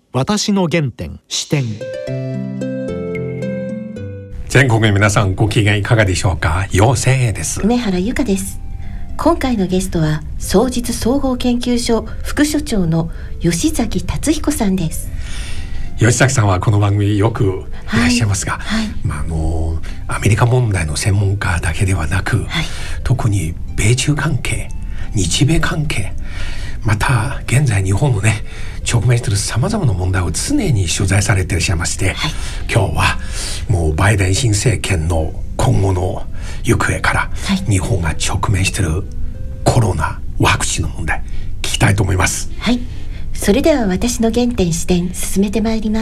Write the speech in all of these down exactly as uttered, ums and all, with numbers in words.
私の原点視点。 全国の皆さん、ご機嫌いかがでしょうか。陽性です。 梅原由香です。今回のゲストは双日総合研究所副所長の吉崎達彦さんです。 吉崎さんはこの番組よくいらっしゃいますが、 はいはい、 まあ、あのアメリカ問題の専門家だけではなく、はい、特に米中関係、日米関係、また現在日本のね直面しているさまざまな問題を常に取材されていらっしゃいまして、はい、今日はもうバイデン新政権の今後の行方から、はい、日本が直面しているコロナワクチンの問題聞きたいと思います。 はい、それでは私の原点視点進めてまいります。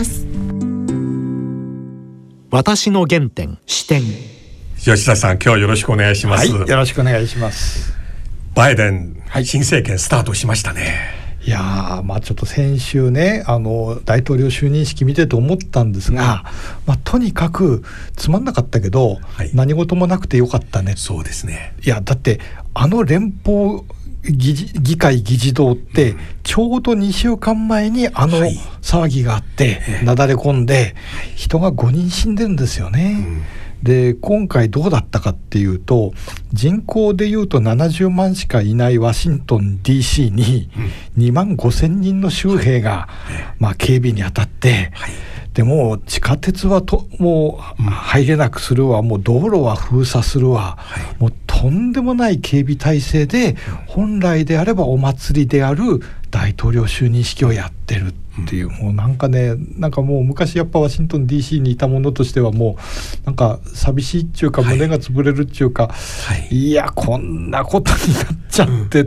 私の原点視点。 吉田さん、今日よろしくお願いします。 はい、よろしくお願いします。 バイデン、はい、新政権スタートしましたね。 いやまあちょっと先週ねあの大統領就任式見てと思ったんですが、まあ、とにかくつまんなかったけど、はい、何事もなくてよかったね。 そうですね。 いやだってあの連邦議, 議会議事堂ってちょうどにしゅうかんまえにあの騒ぎがあって、はい、なだれ込んで人がごにん死んでるんですよね、うん。で今回どうだったかっていうと、人口でいうとななじゅうまんしかいないワシントン ディーシー ににまんごせんにんの州兵が、まあ、警備に当たって、でも地下鉄はともう入れなくするわ、もう道路は封鎖するわ、もうとんでもない警備体制で本来であればお祭りである大統領就任式をやってるっていう、もうなんかねなんかもう昔やっぱワシントン ディーシー にいたものとしてはもうなんか寂しいっていうか胸が潰れるっていうか、はいはい、いやこんなことになっちゃってって、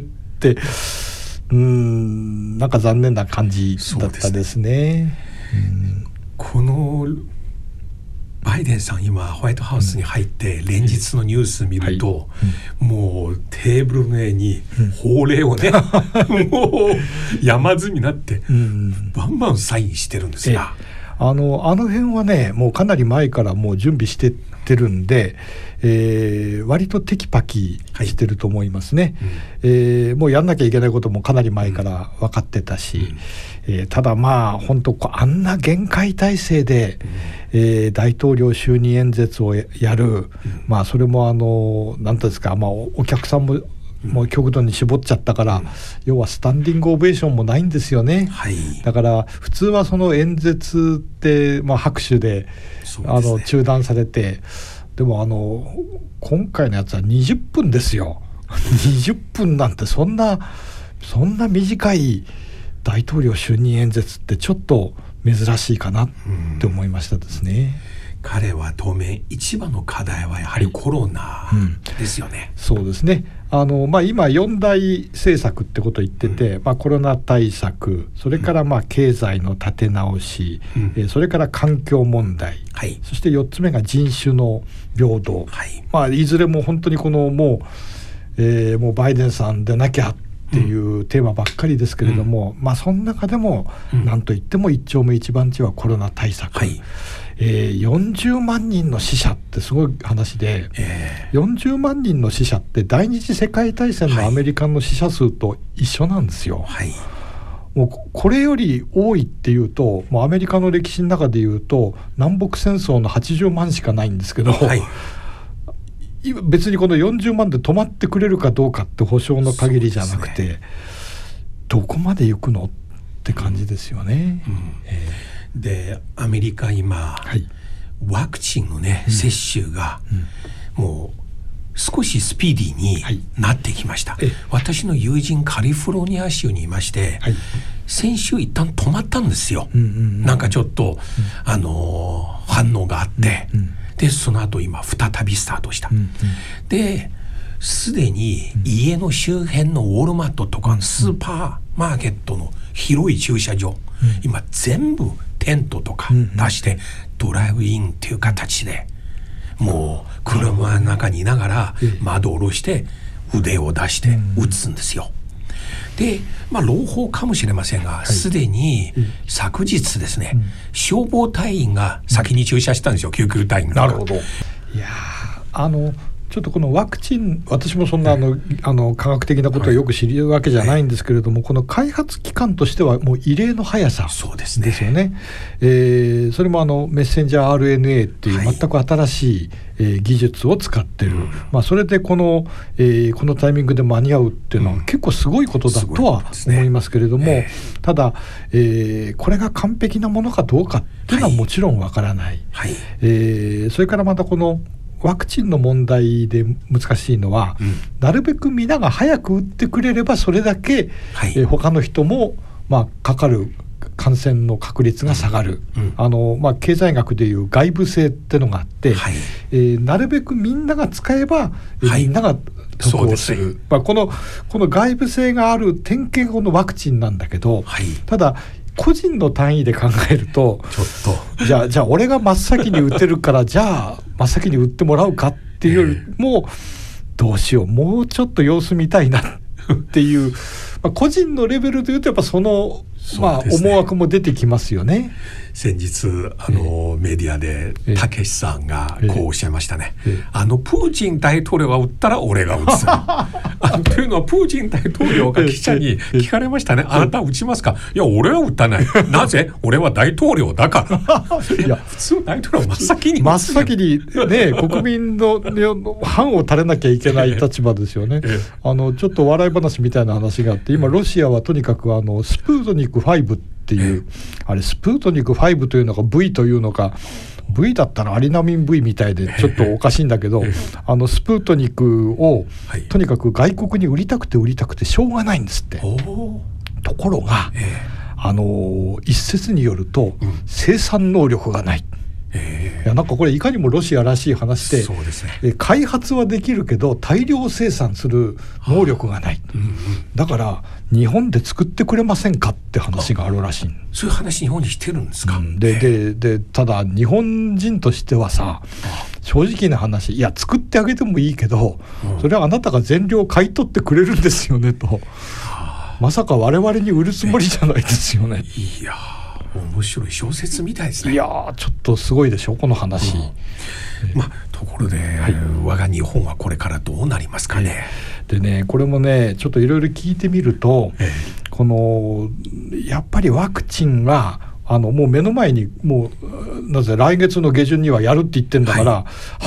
うん、うーんなんか残念な感じだったですね。うん、 このバイデンさん今ホワイトハウスに入って連日のニュース見ると、はい、もうテーブルの上に法令をね、うん、もう山積みになって、うん、バンバンサインしてるんですが、 あの、あの辺はねもうかなり前からもう準備してってるんで、えー、割とテキパキしてると思いますね、はい、うんえー、もうやんなきゃいけないこともかなり前から分かってたし、うんえー、ただまあ本当あんな厳戒態勢で、うんえー、大統領就任演説をやる、うん、まあそれもあの何ていうんですか、まあ、お客さんももう極度に絞っちゃったから、うん、要はスタンディングオベーションもないんですよね、はい、だから普通はその演説って、まあ、拍手で、そうですね、あの中断されて、でもあの今回のやつはにじゅっぷんですよにじゅっぷんなんてそんなそんな短い大統領就任演説ってちょっと珍しいかなって思いましたですね、 うん、彼は当面一番の課題はやはりコロナですよね、 うん、そうですね。あの、まあ、今よん大政策ってことを言ってて、うんまあ、コロナ対策、それからまあ経済の立て直し、うんえー、それから環境問題、はい、そしてよっつめが人種の平等、はいまあ、いずれも本当にこのもう、えー、もうバイデンさんでなきゃっていうテーマばっかりですけれども、うんまあ、その中でも何といっても一丁目一番地はコロナ対策、はいえー、よんじゅうまんにんの死者ってすごい話で、えー、よんじゅうまんにんの死者って第二次世界大戦のアメリカの死者数と一緒なんですよ、はい、もうこれより多いっていうともうアメリカの歴史の中でいうと南北戦争のはちじゅうまんしかないんですけど、はい別にこのよんじゅうまんで止まってくれるかどうかって保証の限りじゃなくて、ね、どこまで行くのって感じですよね、うんえー、でアメリカ今、はい、ワクチンのね、うん、接種が、うん、もう少しスピーディーになってきました、はい、私の友人カリフォルニア州にいまして、はい、先週一旦止まったんですよ、うんうんうん、なんかちょっと、うん、あのー、反応があって、うんうんでその後今再びスタートした、うんうん、ですでに家の周辺のウォールマートとかスーパーマーケットの広い駐車場、うん、今全部テントとか出してドライブインっていう形でもう車の中にいながら窓を下ろして腕を出して撃つんですよ。で、まあ、朗報かもしれませんがすで、はい、に昨日ですね、うん、消防隊員が先に駐車したんですよ、うん、救急隊員が。 なるほど。いやあのちょっとこのワクチン、私もそんなあの、あの科学的なことをよく知るわけじゃないんですけれども、はい、この開発期間としてはもう異例の速さですよね。えー、それもあのメッセンジャー アールエヌエー っていう全く新しい、はい、えー、技術を使ってる、うん、まあ、それでこの、えー、このタイミングで間に合うっていうのは結構すごいことだとは思いますけれども、うん、ただ、えー、これが完璧なものかどうかっていうのはもちろんわからない、はいはい、えー、それからまたこのワクチンの問題で難しいのは、うん、なるべく皆が早く打ってくれればそれだけ、はい、えー、他の人も、まあ、かかる感染の確率が下がる、うんうん、あのまあ、経済学でいう外部性ってのがあって、はい、えー、なるべくみんなが使えば、はい、みんなが得をする、まあ、この、この外部性がある典型法のワクチンなんだけど、はい、ただ個人の単位で考えるとちょっとじゃあ、じゃあ俺が真っ先に打てるからじゃあ真っ先に打ってもらうかっていうよりも、どうしよう、もうちょっと様子見たいなっていう、まあ、個人のレベルでいうとやっぱその、まあ、思惑も出てきますよね。 先日あの、えー、メディアでたけしさんがこうおっしゃいましたね、えーえー、あのプーチン大統領が撃ったら俺が撃つあのというのはプーチン大統領が記者に聞かれましたね、あなた撃ちますか。いや俺は撃たないなぜ俺は大統領だからいや普通大統領は真っ先に真っ先にね国民の範を垂れなきゃいけない立場ですよね、えー、あのちょっと笑い話みたいな話があって、今ロシアはとにかくあのスプートニクファイブっていう、あれスプートニクファイブというのか ブイ というのか ブイ だったらアリナミン ブイ みたいでちょっとおかしいんだけどあのスプートニクをとにかく外国に売りたくて売りたくてしょうがないんですって。ところがあの一説によると生産能力がない、いやなんかこれいかにもロシアらしい話 で, そうです、ね、え開発はできるけど大量生産する能力がない、うんうん、だから日本で作ってくれませんかって話があるらしい。 そういう話日本にしてるんですか、うん、 でででただ日本人としてはさ、正直な話、いや作ってあげてもいいけど、うん、それはあなたが全量買い取ってくれるんですよねと、まさか我々に売るつもりじゃないですよね。 いや面白い小説みたいですね。 いやちょっとすごいでしょこの話、うん、 まあ、ところで、はい、我が日本はこれからどうなりますかね。 でね、これもねちょっといろいろ聞いてみると、ええ、このやっぱりワクチンはあのもう目の前にもうなぜ来月の下旬にはやるって言ってんだから、はい、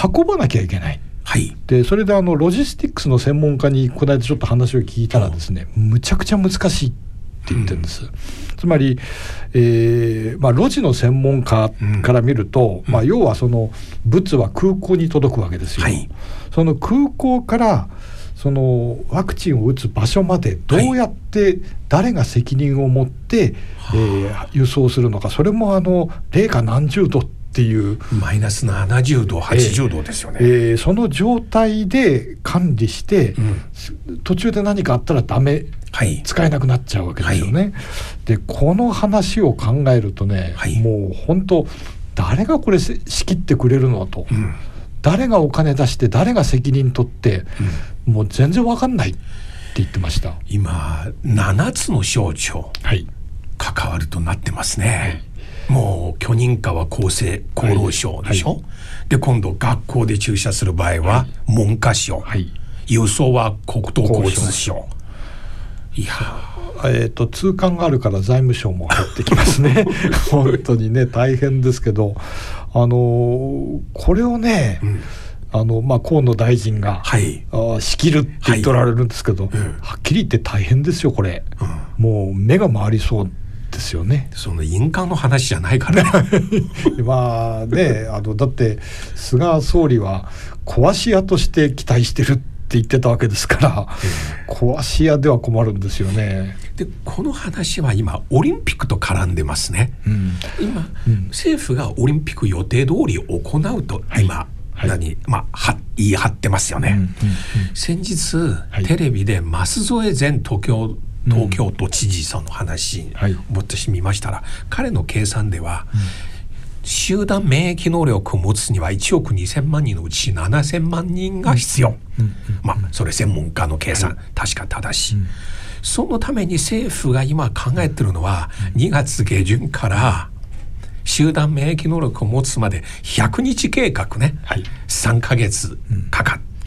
運ばなきゃいけない、はい、でそれであのロジスティックスの専門家にこの間ちょっと話を聞いたらですね、むちゃくちゃ難しいって言ってるんです、うん、つまり、えーまあ、ロジの専門家から見ると、うん、まあ、要はその物は空港に届くわけですよ、はい、その空港からそのワクチンを打つ場所までどうやって誰が責任を持って、はい、えー、輸送するのか、それもあの零下何十度っていうマイナスななじゅうどはちじゅうどですよね、 えーえー、その状態で管理して、うん、途中で何かあったらダメ、はい、使えなくなっちゃうわけですよね、はい、でこの話を考えるとね、はい、もう本当誰がこれ仕切ってくれるのと、うん、誰がお金出して誰が責任取って、うん、もう全然わかんないって言ってました。 今ななつの省庁、はい、関わるとなってますね、はい、もう許認可は厚生厚労省でしょ、はいはい、で今度学校で注射する場合は文科省、はい、輸送は国土交通省、いやえー、と通関があるから財務省も入ってきますね本当にね大変ですけど、あのー、これをね、うん、あのまあ、河野大臣が、はい、あ仕切るって言っておられるんですけど、はい、うん、はっきり言って大変ですよこれ、うん、もう目が回りそうですよね。 その印鑑の話じゃないからねまあね、あのだって菅総理は壊し屋として期待してるって言ってたわけですから、えー、壊し屋では困るんですよね。 でこの話は今オリンピックと絡んでますね、うん、今、うん、政府がオリンピック予定通り行うと今、はい、何、まあ、は言い張ってますよね、うんうんうん、先日、はい、テレビで舛添前東京東京都知事さんの話、うん、はい、私見ましたら彼の計算では、うん、集団免疫能力を持つにはいちおくにせんまんにんのうちななせんまんにんが必要、うんうんうん、まあそれ専門家の計算、はい、確か正しい、うん、そのために政府が今考えてるのは、うん、にがつ下旬から集団免疫能力を持つまでひゃくにち計画ね、はい、さんかげつかか、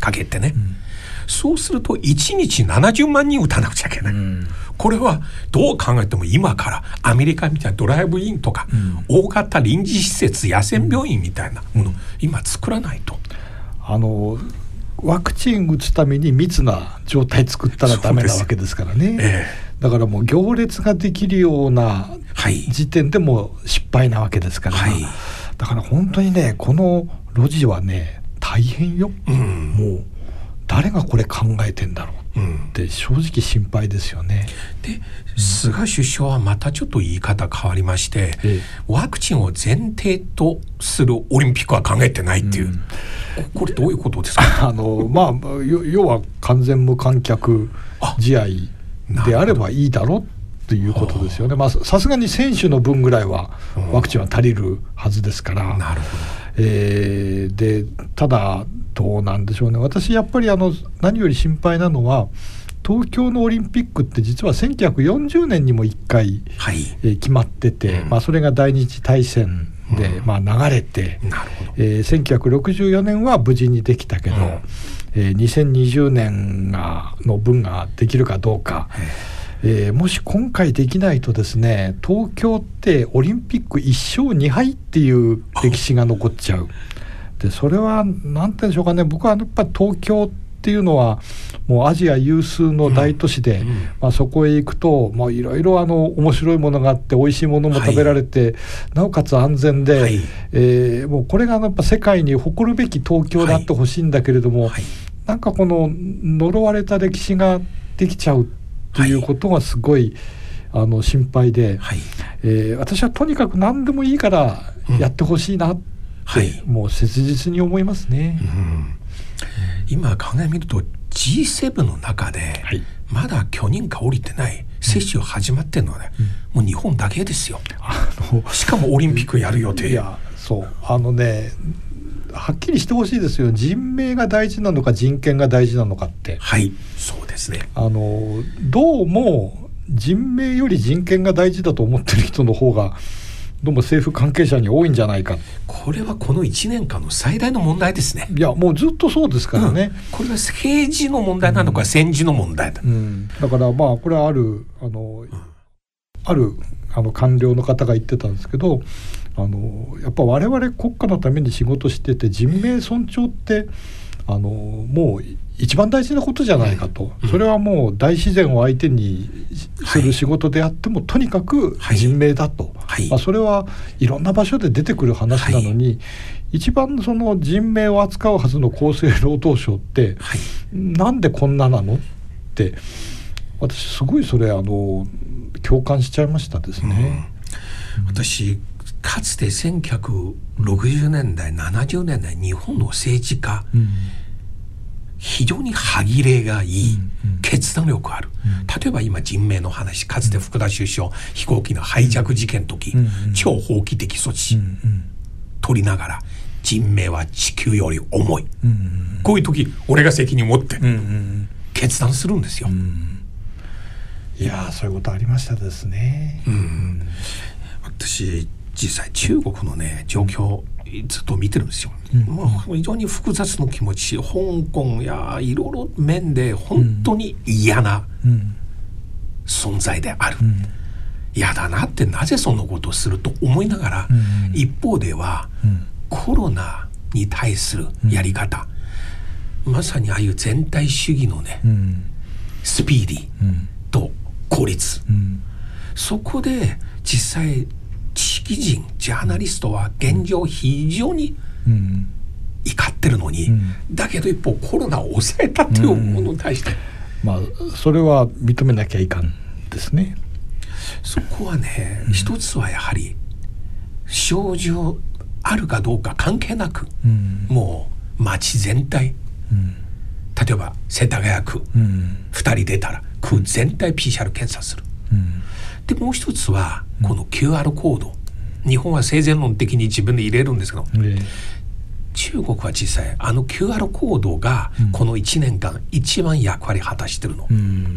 かけてね、うん、そうするといちにちななじゅうまんにん打たなくちゃいけない、うん、これはどう考えても今からアメリカみたいなドライブインとか、うん、大型臨時施設野戦病院みたいなもの、うん、今作らないと。 あのワクチン打つために密な状態作ったらダメなわけですからね、えー、だからもう行列ができるような時点でも失敗なわけですから、はい、だから本当にねこの路地はね大変よ、うん、もう誰がこれ考えてんだろうって正直心配ですよね、 うん、で菅首相はまたちょっと言い方変わりまして、ええ、ワクチンを前提とするオリンピックは考えてないっていう、うん、これどういうことですか？ あの、まあ、要は完全無観客試合であればいいだろうということですよね。まあ、さすがに選手の分ぐらいはワクチンは足りるはずですから、 なるほど、 えー、でただどうなんでしょうね。私やっぱりあの何より心配なのは東京のオリンピックって実はせんきゅうひゃくよんじゅうねんにもいっかい、はい、えー、決まってて、うん、まあ、それが第二次大戦で、うん、まあ、流れて、 なるほど、 えー、せんきゅうひゃくろくじゅうよねんは無事にできたけど、うん、えー、にせんにじゅうねんがの分ができるかどうか、えー、もし今回できないとですね東京ってオリンピックいっしょうにはいっていう歴史が残っちゃう。でそれは何て言うんでしょうかね。僕はやっぱり東京っていうのはもうアジア有数の大都市で、うんうん、まあ、そこへ行くともういろいろあの面白いものがあって美味しいものも食べられて、はい、なおかつ安全で、はい、えー、もうこれがやっぱ世界に誇るべき東京であってほしいんだけれども、はいはい、なんかこの呪われた歴史ができちゃうということがすごい、はい、あの心配で、はい、えー、私はとにかく何でもいいからやってほしいなって、うん、はい、もう切実に思いますね、うん、 今考えみると ジーセブン の中でまだ許認可降りてない接種始まってるのはね、うん、もう日本だけですよ。あのしかもオリンピックやる予定。 いやそうあのねはっきりしてほしいですよ。人命が大事なのか人権が大事なのかって。 はい、そうですね。 あのどうも人命より人権が大事だと思ってる人の方がどうも政府関係者に多いんじゃないか。 これはこのいちねんかんの最大の問題ですね。 いやもうずっとそうですからね、 うん、これは政治の問題なのか、うん、戦時の問題だ、 うん、だからまあこれはあるあの、うん、あるあの官僚の方が言ってたんですけど、あのやっぱ我々国家のために仕事してて人命尊重ってあのもう一番大事なことじゃないかと、うん、それはもう大自然を相手にする仕事であっても、はい、とにかく人命だと、はい、まあ、それはいろんな場所で出てくる話なのに、はい、一番その人命を扱うはずの厚生労働省って、はい、なんでこんななのって私すごいそれあの共感しちゃいましたですね、 うん、私かつてせんきゅうひゃくろくじゅうねんだいななじゅうねんだい日本の政治家、うん、非常に歯切れがいい、うんうん、決断力ある、うん、例えば今人命の話、かつて福田首相、うん、飛行機のハイジャック事件の時、うんうん、超法規的措置、うんうん、取りながら人命は地球より重い、うんうん、こういう時俺が責任を持って決断するんですよ、うんうん、 いやそういうことありましたですね、うんうん、 私実際中国のね状況ずっと見てるんですよ、うん、もう非常に複雑な気持ち、香港やいろいろ面で本当に嫌な存在である、うんうん、嫌だなって、なぜそんなことをすると思いながら、うん、一方では、うん、コロナに対するやり方、うん、まさにああいう全体主義のね、うん、スピーディーと効率、うん、そこで実際知識人ジャーナリストは現状非常に怒ってるのに、うん、だけど一方コロナを抑えたっていうものに対して、 うん、まあそれは認めなきゃいかんですね。 そこはね、うん、一つはやはり症状あるかどうか関係なく、うん、もう町全体、うん、例えば世田谷区、うん、ふたり出たら区全体 ピーシーアール 検査する、うん、でもう一つはこの キューアール コード、うん、日本は生前論的に自分で入れるんですけど、うん、中国は実際あの キューアール コードがこのいちねんかん一番役割を果たしてるの、うん、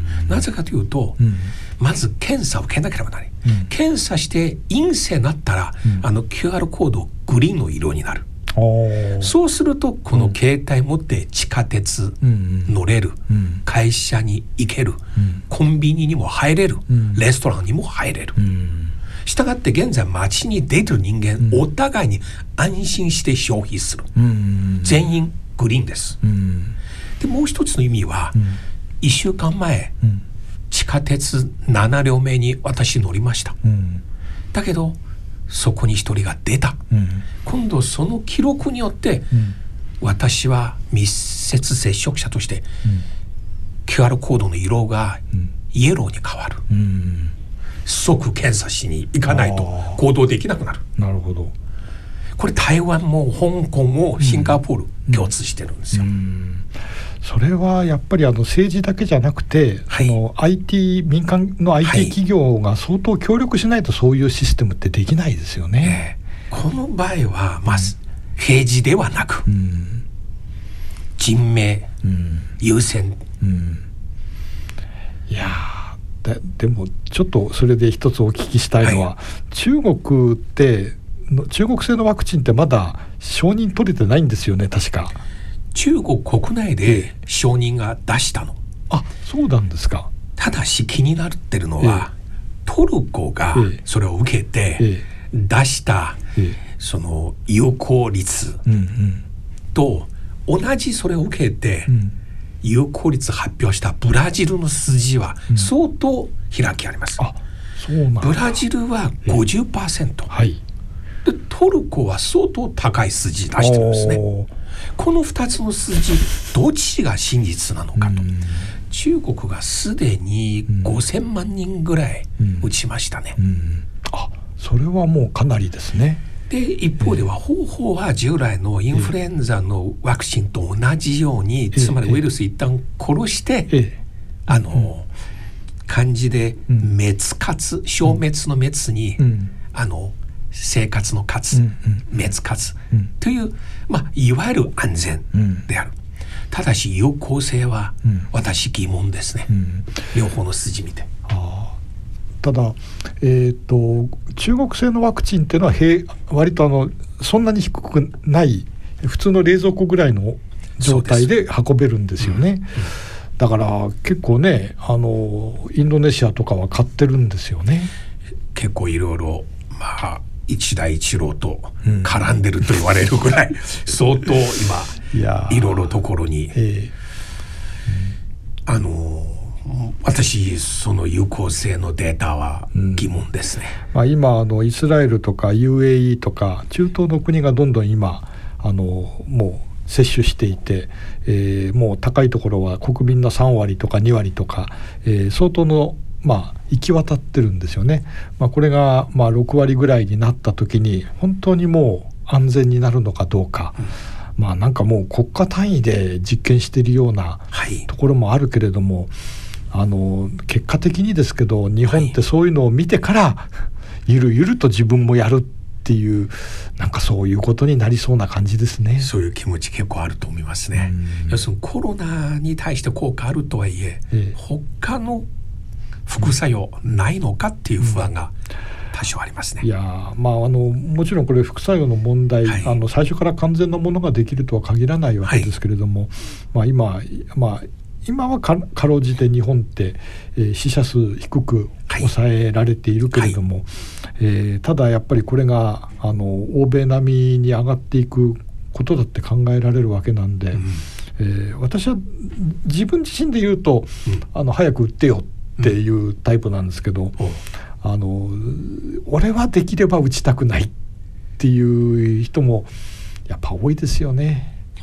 なぜかというと、うん、まず検査を受けなければならない、うん、検査して陰性になったら、うん、あの キューアール コードグリーンの色になる、 そうするとこの携帯持って地下鉄乗れる、うん、会社に行ける、うん、コンビニにも入れる、うん、レストランにも入れる、うん、したがって現在街に出てる人間、うん、お互いに安心して消費する、うん、全員グリーンです、うん、でもう一つの意味は、うん、いっしゅうかんまえ、うん、地下鉄なな両目に私乗りました、うん、だけどそこに一人が出た、うん、今度その記録によって、うん、私は密接接触者として、うん、キューアール コードの色がイエローに変わる、うん、即検査しに行かないと行動できなくなる。 なるほど。 これ台湾も香港もシンガポール、うん、共通してるんですよ、うん、 それはやっぱりあの政治だけじゃなくて、はい、その アイティー 民間の アイティー 企業が相当協力しないとそういうシステムってできないですよね、 えー、この場合はまず政治ではなく、うん、人命優先、うんうん、 いやで, でもちょっとそれで一つお聞きしたいのは、はい、中国って中国製のワクチンってまだ承認取れてないんですよね確か。 中国国内で承認が出したの。 あ、そうなんですか。 ただし気になってるのは、ええ、トルコがそれを受けて出したその有効率と同じそれを受けて有効率発表したブラジルの数字は相当開きあります、うん、あ、そうなんだ。ブラジルは ごじゅっパーセント、はい、でトルコは相当高い数字出してるんですね。このふたつの数字どっちが真実なのかと、うん、中国がすでにごせんまんにんぐらい打ちましたね、うんうん、 あ、それはもうかなりですね。 で一方では方法は従来のインフルエンザのワクチンと同じように、えー、つまりウイルス一旦殺して、えー、あの、うん、漢字で滅活、消滅の滅に、うん、あの生活の活、うんうん、滅活、うん、という、まあ、いわゆる安全である、うん、ただし有効性は私疑問ですね、うん、両方の数字見て。 あ、ただ、えーと、中国製のワクチンっていうのは割とあのそんなに低くない普通の冷蔵庫ぐらいの状態で運べるんですよね、うんうん、だから結構ね、あのインドネシアとかは買ってるんですよね。 結構いろいろ、まあ一帯一路と絡んでると言われるぐらい、うん、相当今いろいろところに、えー、あの私その有効性のデータは疑問ですね、 うん、まあ、今あのイスラエルとか ユーエーイー とか中東の国がどんどん今あのもう接種していて、えー、もう高いところは国民のさんわりとかにわりとか、えー、相当のまあ、行き渡ってるんですよね、まあ、これがまあろくわりぐらいになった時に本当にもう安全になるのかどうか、うん、まあなんかもう国家単位で実験しているようなところもあるけれども、はい、あの結果的にですけど日本ってそういうのを見てから、はい、ゆるゆると自分もやるっていうなんかそういうことになりそうな感じですね。 そういう気持ち結構あると思いますね。要するにコロナに対して効果あるとはいえ、ええ、他の副作用ないのかっていう不安が多少ありますね、うん、いや、 まあ、あのもちろんこれ副作用の問題、はい、あの最初から完全なものができるとは限らないわけですけれども、はい、まあ、今、まあ、今は か, かろうじて日本って、えー、死者数低く抑えられているけれども、はい、えー、ただやっぱりこれがあの欧米並みに上がっていくことだって考えられるわけなんで、うん、えー、私は自分自身で言うと、うん、あの早く打ってよっていうタイプなんですけど、うん、あの俺はできれば打ちたくないっていう人もやっぱ多いですよね、うん、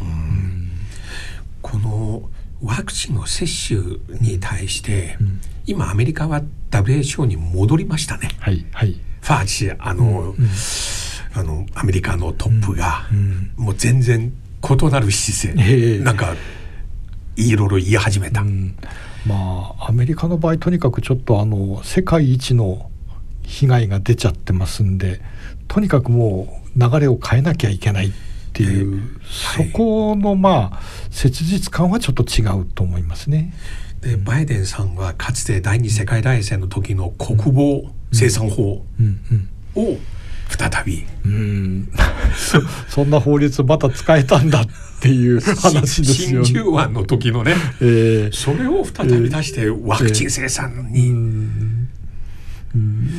このワクチンの接種に対して、うん、今アメリカは ダブリューエイチオー に戻りましたね、はいはい、ファーチあの、うんうん、あのアメリカのトップが、うんうん、もう全然異なる姿勢、えー、なんかいろいろ言い始めた、うん、 まあ、アメリカの場合とにかくちょっとあの世界一の被害が出ちゃってますんで、とにかくもう流れを変えなきゃいけないっていう、えー、そこのまあ切実感はちょっと違うと思いますね。 でバイデンさんはかつて第二次世界大戦の時の国防生産法を再び、 うんそ, そんな法律また使えたんだっていう話ですよね。 真珠湾の時のね、えー、それを再び出してワクチン生産に、えーうんうん、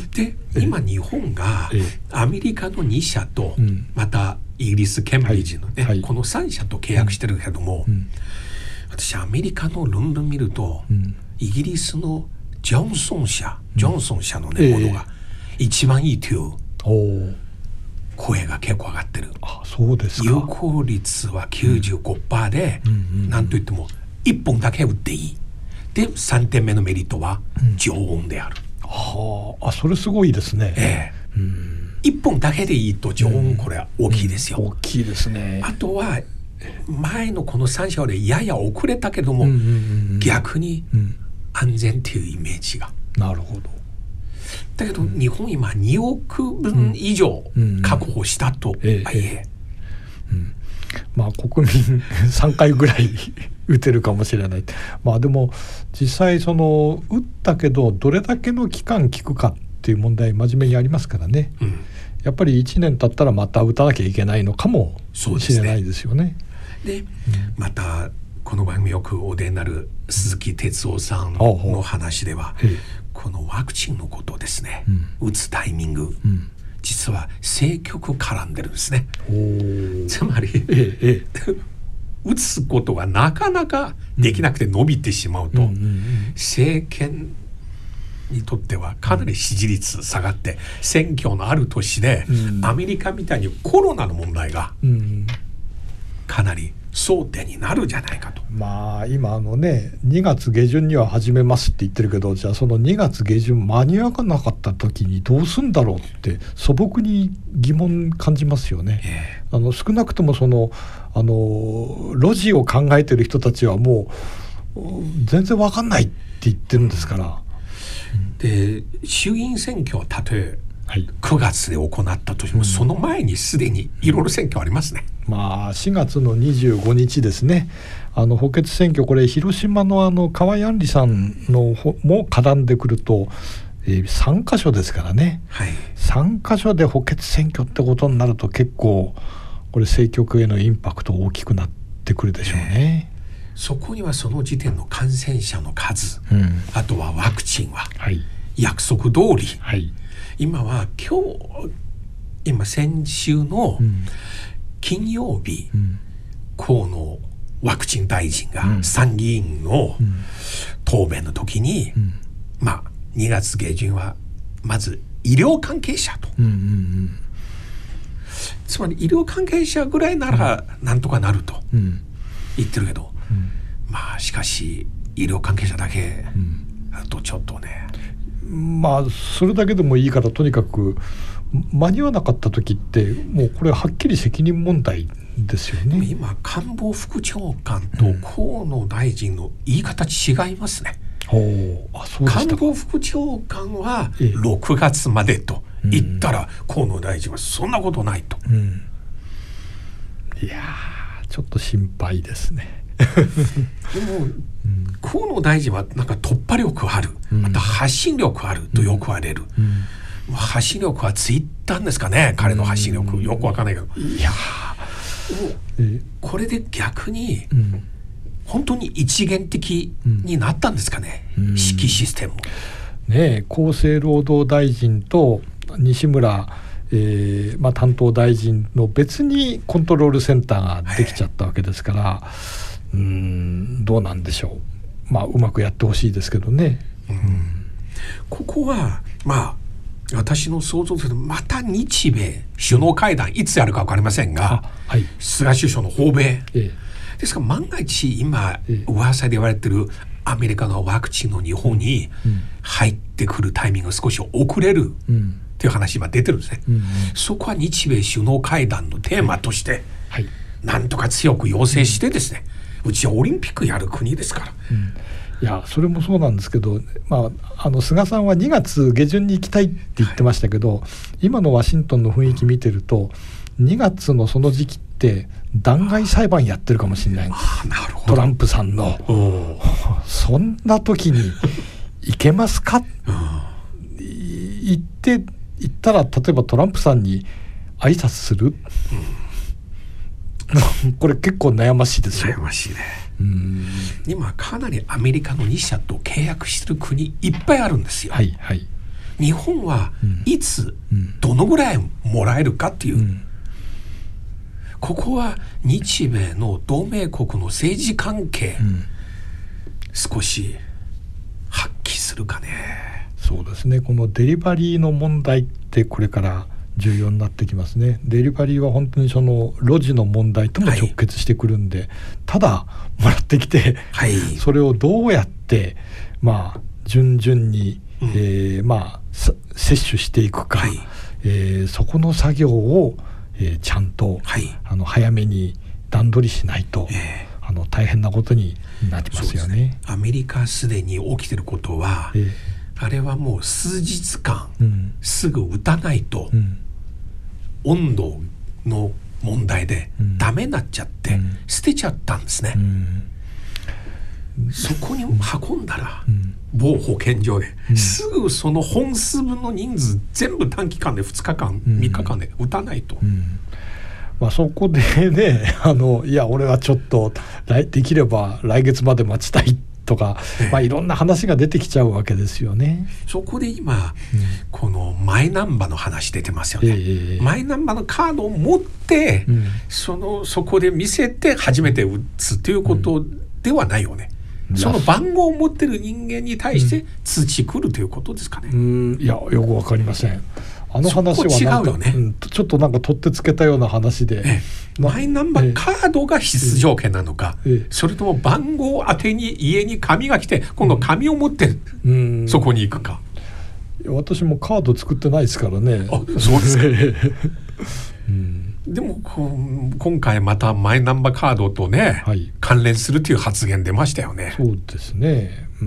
で今日本がアメリカのにしゃと、またイギリスケンブリッジのね、はいはい、このさんしゃと契約してるけども、うん、私アメリカの論文見ると、うん、イギリスのジョンソン社、ジョンソン社のね、うん、ものが一番いいという声が結構上がってる。 あ、そうですか。 有効率は きゅうじゅうごパーセント で、うんうんうん、なんといってもいっぽんだけ打っていい。でさんてんめのメリットは常温である、 うん、はあ、あ、それすごいですね。 ええ、うん、いっぽんだけでいいと常温、これは大きいですよ、 うんうん、大きいですね。 あとは前のこのさん社でやや遅れたけども、うんうんうん、逆に安全というイメージが、 うん、なるほど。 だけど日本今におくぶん以上確保したとはいえ、うんうんええうん、まあ国民さんかいぐらい打てるかもしれない。まあでも実際その打ったけどどれだけの期間効くかっていう問題真面目にありますからね、うん、やっぱりいちねん経ったらまた打たなきゃいけないのかもしれないですよね。 で、うん、またこの番組よくお出になる鈴木哲夫さんの話では、うん、このワクチンのことをですね、うん、打つタイミング、うん、実は政局絡んでるんですね。つまり、ええ、打つことがなかなかできなくて伸びてしまうと、うんうんうん、政権にとってはかなり支持率下がって、うん、選挙のある年で、うん、アメリカみたいにコロナの問題がかなり争点になるんじゃないかと。 まあ今あのねにがつげじゅんには始めますって言ってるけど、じゃあそのにがつげじゅん間に合わなかった時にどうすんだろうって素朴に疑問感じますよね、えー、あの少なくともそのあのロジを考えてる人たちはもう全然わかんないって言ってるんですから、 うん、で衆議院選挙はたとえくがつで行ったとしても、はい、その前にすでにいろいろ選挙ありますね。 まあ、しがつのにじゅうごにちですね、あの補欠選挙、これ広島のあの河井案里さんのも絡んでくると、えー、さんかしょですからね、はい、さんかしょで補欠選挙ってことになると結構これ政局へのインパクト大きくなってくるでしょうね。 えー、そこにはその時点の感染者の数、うん、あとはワクチンは約束通り、はい、今は今日今先週の、うん金曜日、うん、河野ワクチン大臣が参議院の答弁の時に、うん、まあにがつげじゅんはまず医療関係者と、うんうんうん、つまり医療関係者ぐらいならなんとかなると言ってるけど、うん、まあしかし医療関係者だけだとちょっとね、 うん、まあそれだけでもいいからとにかく間に合わなかった時ってもうこれははっきり責任問題ですよね。 今官房副長官と河野大臣の言い方違いますね、うん、あそうでしたか。官房副長官はろくがつまでと言ったら、河野大臣はそんなことないと、うん、 いやちょっと心配ですねでも、うん、河野大臣はなんか突破力ある、また発信力あるとよく言われる、うんうん発信力はツイッターですかね、彼の発信力よくわかんないけど、いやこれで逆に、うん、本当に一元的になったんですかね、うん、指揮システムね。厚生労働大臣と西村、えーまあ、担当大臣の別にコントロールセンターができちゃったわけですから、はい、うーんどうなんでしょう、まあ、うまくやってほしいですけどね、うん、 ここはまあ私の想像するとまた日米首脳会談いつやるか分かりませんが、はい、菅首相の訪米、ええ、ですから万が一今、ええ、噂で言われてるアメリカのワクチンの日本に入ってくるタイミングが少し遅れるっていう話今出てるんですね、うんうん、そこは日米首脳会談のテーマとして、はい、なんとか強く要請してですね、うちはオリンピックやる国ですから、うんいやそれもそうなんですけど、まあ、あの菅さんはにがつげじゅんに行きたいって言ってましたけど、はい、今のワシントンの雰囲気見てるとにがつのその時期って弾劾裁判やってるかもしれないんです。 あ、なるほど。 トランプさんのそんな時に行けますか、うん、言って言ったら例えばトランプさんに挨拶する、うん、これ結構悩ましいですよ。 悩ましいね。 うん、 今かなりアメリカのに社と契約してる国いっぱいあるんですよ。 はいはい、 日本はいつ、うん、どのぐらいもらえるかっていう、うん、ここは日米の同盟国の政治関係、うん、少し発揮するかね。 そうですね、このデリバリーの問題ってこれから重要になってきますね。デリバリーは本当にその路地の問題とも直結してくるんで、はい、ただもらってきて、はい、それをどうやってまあ順々に、うん、えー、まあ摂取していくか、はい、えー、そこの作業を、えー、ちゃんと、はい、あの早めに段取りしないと、えー、あの大変なことになってますよ ね, ね。 アメリカすでに起きてることは、えー、あれはもう数日間、うん、すぐ打たないと、うん、温度の問題でダメになっちゃって、うん、捨てちゃったんですね、うん、そこに運んだら、うん、某保健所で、うん、すぐその本数分の人数全部短期間でふつかかん、うん、みっかかんで打たないと、うん、 まあ、そこでね、あのいや俺はちょっとできれば来月まで待ちたいとか、まあ、いろんな話が出てきちゃうわけですよね。 そこで今、うん、このマイナンバーの話出てますよね、えー、マイナンバーのカードを持って、うん、そのそこで見せて初めて打つということではないよね、うん、その番号を持ってる人間に対して通知来るということですかね。 うん、いやよくわかりません。あの話はなんか、 違うよね、 うん、ちょっとなんか取ってつけたような話で、ええ、マイナンバーカードが必須条件なのか、ええ、それとも番号宛てに家に紙が来て今度紙を持って、うん、そこに行くか。 私もカード作ってないですからね。 あ、そうですか、うん、でも今回またマイナンバーカードとね、はい、関連するという発言出ましたよね。 そうですね、うん、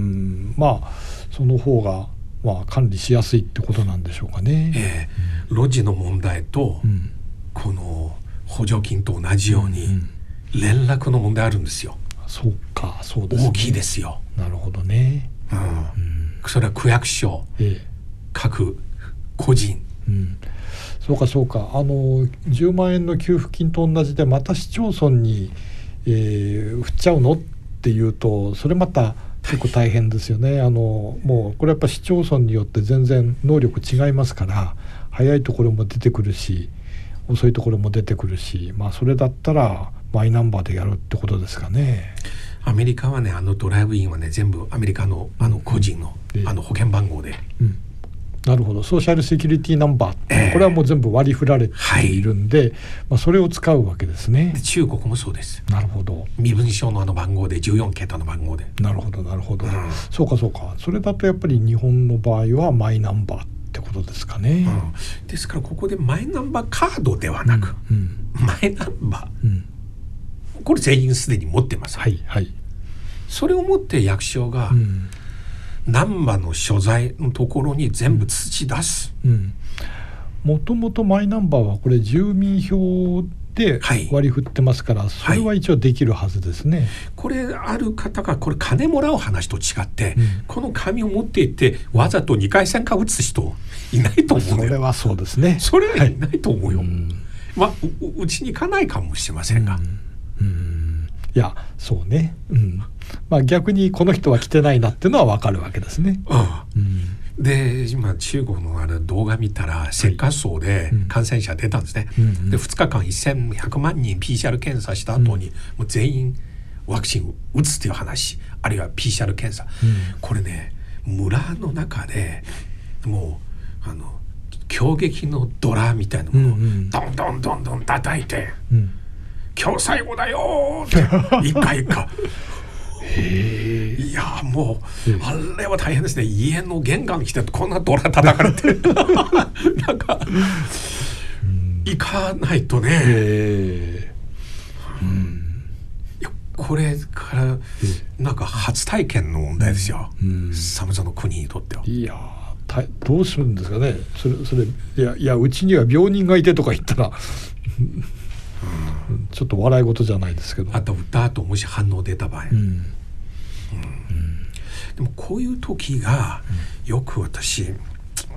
まあその方がまあ、管理しやすいってことなんでしょうかね、 えー、路地の問題と、うん、この補助金と同じように連絡の問題あるんですよ、 うんうん、そうか、そうですね、 大きいですよ。 なるほどね、 うんうん、それは区役所、えー、各個人、 うん、そうかそうか、あのじゅうまんえんの給付金と同じでまた市町村に、えー、振っちゃうのっていうとそれまた結構大変ですよね。あのもうこれやっぱ市町村によって全然能力違いますから、早いところも出てくるし遅いところも出てくるし、まあそれだったらマイナンバーでやるってことですかね。 アメリカはね、あのドライブインはね全部アメリカのあの個人の、うん、あの保険番号で、 うん、なるほど、ソーシャルセキュリティナンバー、えー、これはもう全部割り振られているんで、はい、まあ、それを使うわけですね。 で中国もそうです。 なるほど、 身分証のあの番号でじゅうよんけたの番号で。 なるほどなるほど、うん、そうかそうか、それだとやっぱり日本の場合はマイナンバーってことですかね、 うん、ですからここでマイナンバーカードではなく、うんうん、マイナンバー、うん、これ全員すでに持ってます、 はいはい、 それを持って役所が、うん、ナンバーの所在のところに全部通知出す。 もともとマイナンバーはこれ住民票で割り振ってますから、はい、それは一応できるはずですね、はい、 これある方がこれ金もらう話と違って、うん、この紙を持っていってわざとにかいせんか打つ人いないと思うよ。 それはそうですね、 それはいないと思うよ、はい、うん、まあ う, うちに行かないかもしれませんが、 うん、うん、いやそうね、うん、まあ、逆にこの人は来てないなっていうのは分かるわけですね、 うんうん、で今中国のあれ動画見たら浙江省で感染者出たんですね、はい、うん、でふつかかんせんひゃくまんにん ピーシーアール 検査した後に、うん、もう全員ワクチンを打つという話、あるいは ピーシーアール 検査、うん、これね村の中でもうあの攻撃のドラみたいなものをどんどんどんどん叩いて、うん、今日最後だよって一回一回へいやもうあれは大変ですね。家の玄関に来てこんなドラ叩かれてなんか行かないとね、うん、いやこれからなんか初体験の問題ですよ、うん、寒さの国にとっては。いやどうするんですかねそれ、それいや、いやうちには病人がいてとか言ったらうん、ちょっと笑い事じゃないですけど、 あと歌後もし反応出た場合、うんうんうん、 でもこういう時がよく私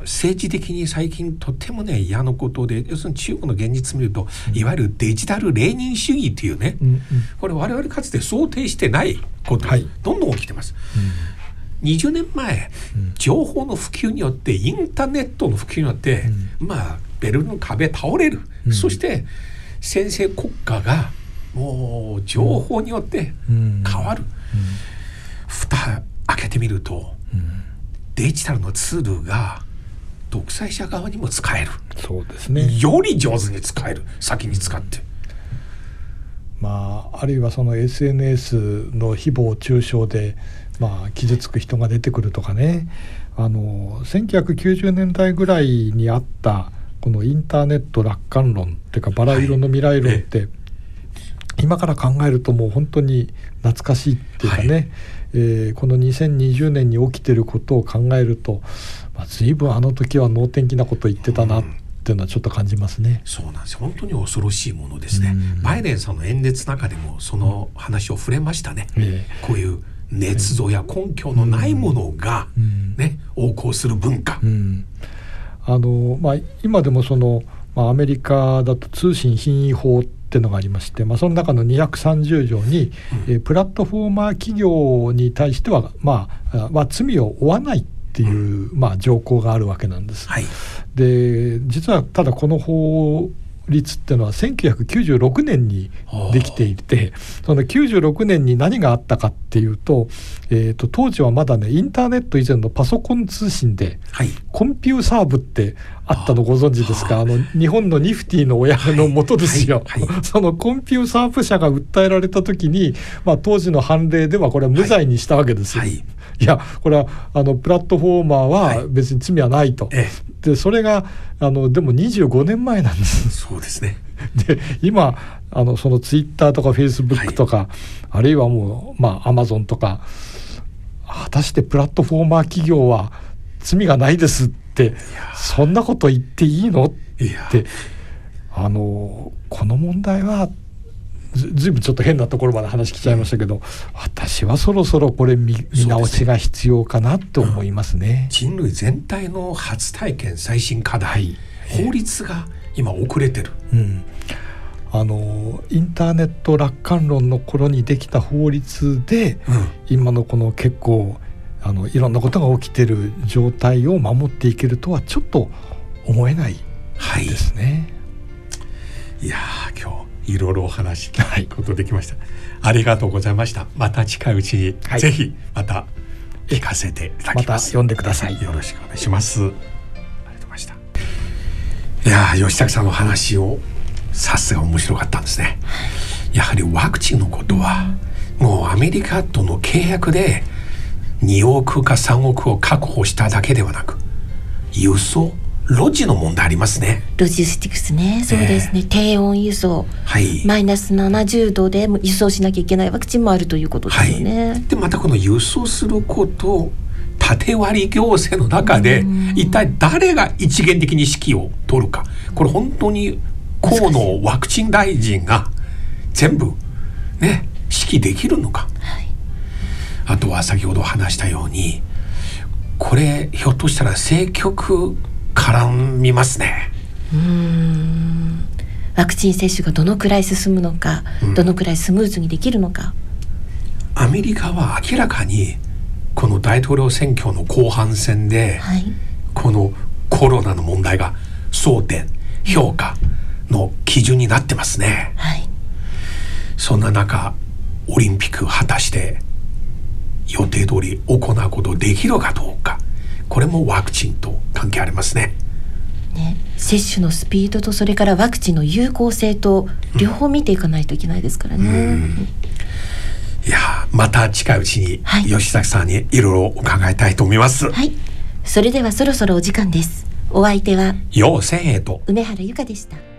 政治的に最近とてもね嫌なことで、要するに中国の現実見ると、うん、いわゆるデジタルレーニン主義っていうね、うんうん、これ我々かつて想定してないことがどんどん起きてます、はいうん、にじゅうねんまえ、うん、情報の普及によってインターネットの普及によって、うん、まあベルリンの壁倒れる、うん、そして先制国家がもう情報によって変わる、うんうん、蓋開けてみると、うん、デジタルのツールが独裁者側にも使える。 そうですね。 より上手に使える。先に使って。 まああるいはその エスエヌエス の誹謗中傷でまあ傷つく人が出てくるとかね。あのせんきゅうひゃくきゅうじゅうねんだいぐらいにあったこのインターネット楽観論っていうかバラ色の未来論って、はい、今から考えるともう本当に懐かしいっていうかね、はいえー、このにせんにじゅうねんに起きてることを考えると、まあ、随分あの時は能天気なこと言ってたなっていうのはちょっと感じますね、 うん、そうなんです。本当に恐ろしいものですね、うん、バイデンさんの演説の中でもその話を触れましたね、うん、こういう捏造や根拠のないものが、ねうん、横行する文化、うんあのまあ、今でもその、まあ、アメリカだと通信品位法っていうのがありまして、まあ、その中のにひゃくさんじゅう条に、うんえー、プラットフォーマー企業に対しては、まあまあ、罪を負わないっていう、うんまあ、条項があるわけなんです、はい、で実はただこの法律っていうのはせんきゅうひゃくきゅうじゅうろくねんにできていて、そのきゅうじゅうろくねんに何があったかっていうと、えーと当時はまだねインターネット以前のパソコン通信で、はい、コンピューサー部ってあったのご存知ですか。あの日本のニフティの親の元ですよ、はいはいはい、そのコンピューサー部社が訴えられた時に、まあ、当時の判例ではこれは無罪にしたわけですよ、はいはい、いやこれはあのプラットフォーマーは別に罪はないと、はい、でそれがあのでもにじゅうごねんまえなんです。 そうですね。 で今あのそのツイッターとかフェイスブックとか、はい、あるいはもうまあアマゾンとか果たしてプラットフォーマー企業は罪がないですってそんなこと言っていいのってあのこの問題はず, ずいぶんちょっと変なところまで話来ちゃいましたけど、うん、私はそろそろこれ 見, 見直しが必要かなと思いますね、 うん、人類全体の初体験最新課題、はい、法律が今遅れてる、 うん、あのインターネット楽観論の頃にできた法律で、うん、今のこの結構あのいろんなことが起きてる状態を守っていけるとはちょっと思えないですね、 はい、いや今日いろいろお話聞くことできました、はい、ありがとうございました。また近いうちに、はい、ぜひまた聞かせていただきます。 また読んでください。 よろしくお願いします。ありがとうございました。いや吉武さんの話をさすが面白かったんですね。やはりワクチンのことはもうアメリカとの契約でにおくかさんおくを確保しただけではなく輸送ロジの問題ありますね。 ロジスティクスね。そうですね、えー、低温輸送、はい、マイナスななじゅうどで輸送しなきゃいけないワクチンもあるということですよね、 はい、でまたこの輸送すること縦割り行政の中で一体誰が一元的に指揮を取るか、これ本当に河野ワクチン大臣が全部ね指揮できるのか、はい、あとは先ほど話したようにこれひょっとしたら政局絡みますね。 うーんワクチン接種がどのくらい進むのか、うん、どのくらいスムーズにできるのか。 アメリカは明らかにこの大統領選挙の後半戦で、はい、このコロナの問題が争点評価の基準になってますね、はい、そんな中オリンピック果たして予定通り行うことできるかどうか、これもワクチンと関係ありますね。 ね、接種のスピードとそれからワクチンの有効性と両方見ていかないといけないですからね、うんうん、 いやまた近いうちに吉崎さんにいろいろ伺いたいと思います。 はい、それではそろそろお時間です。お相手は陽千恵と梅原由香でした。